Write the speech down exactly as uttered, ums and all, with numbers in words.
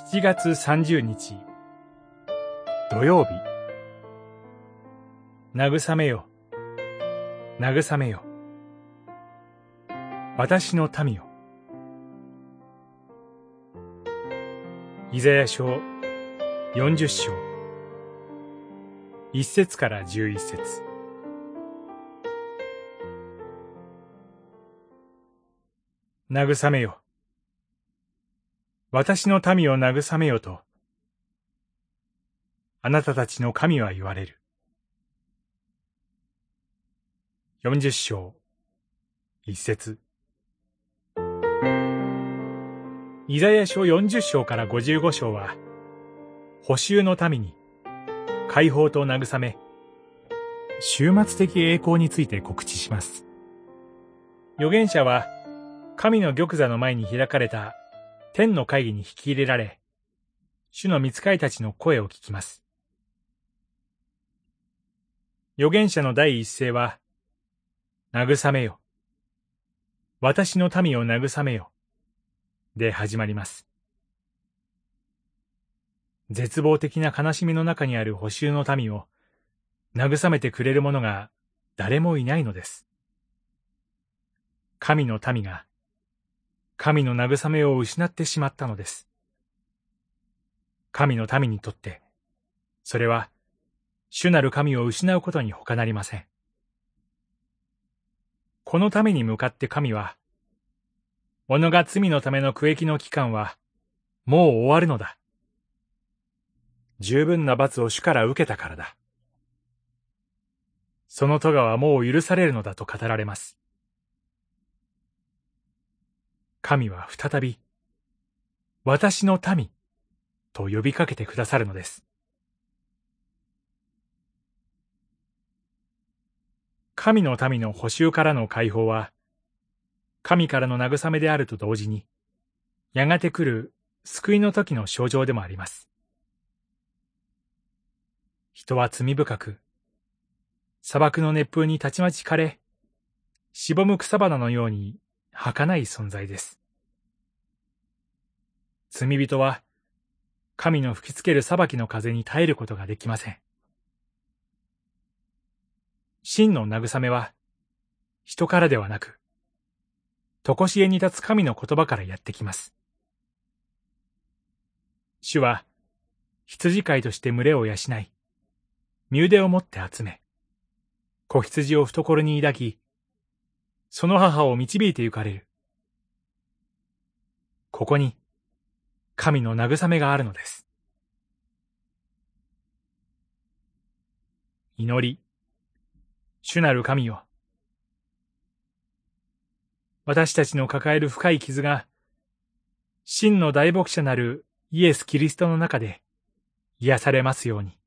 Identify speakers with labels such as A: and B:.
A: しちがつさんじゅうにち土曜日。慰めよ、慰めよ、私の民よ。イザヤ書よんじゅっしょういっせつからじゅういっせつ。慰めよ、私の民を慰めよと、あなたたちの神は言われる。よんじゅっしょういっせつ。イザヤ書よんじゅっしょうからごじゅうごしょうは、捕囚の民に解放と慰め、終末的栄光について告知します。預言者は、神の玉座の前に開かれた天の会議に引き入れられ、主の御使いたちの声を聞きます。預言者の第一声は、慰めよ、私の民を慰めよ、で始まります。絶望的な悲しみの中にある捕囚の民を慰めてくれる者が誰もいないのです。神の民が神の慰めを失ってしまったのです。神の民にとって、それは主なる神を失うことに他なりません。このために向かって神は、己が罪のための苦役の期間はもう終わるのだ。十分な罰を主から受けたからだ。その咎はもう許されるのだと語られます。神は再び、私の民と呼びかけてくださるのです。神の民の捕囚からの解放は、神からの慰めであると同時に、やがて来る救いの時の象徴でもあります。人は罪深く、砂漠の熱風にたちまち枯れ、しぼむ草花のように儚い存在です。罪人は、神の吹きつける裁きの風に耐えることができません。真の慰めは、人からではなく、常しえに立つ神の言葉からやってきます。主は、羊飼いとして群れを養い、身腕を持って集め、子羊を懐に抱き、その母を導いて行かれる。ここに、神の慰めがあるのです。祈り、主なる神よ。私たちの抱える深い傷が、真の大牧者なるイエス・キリストの中で癒されますように。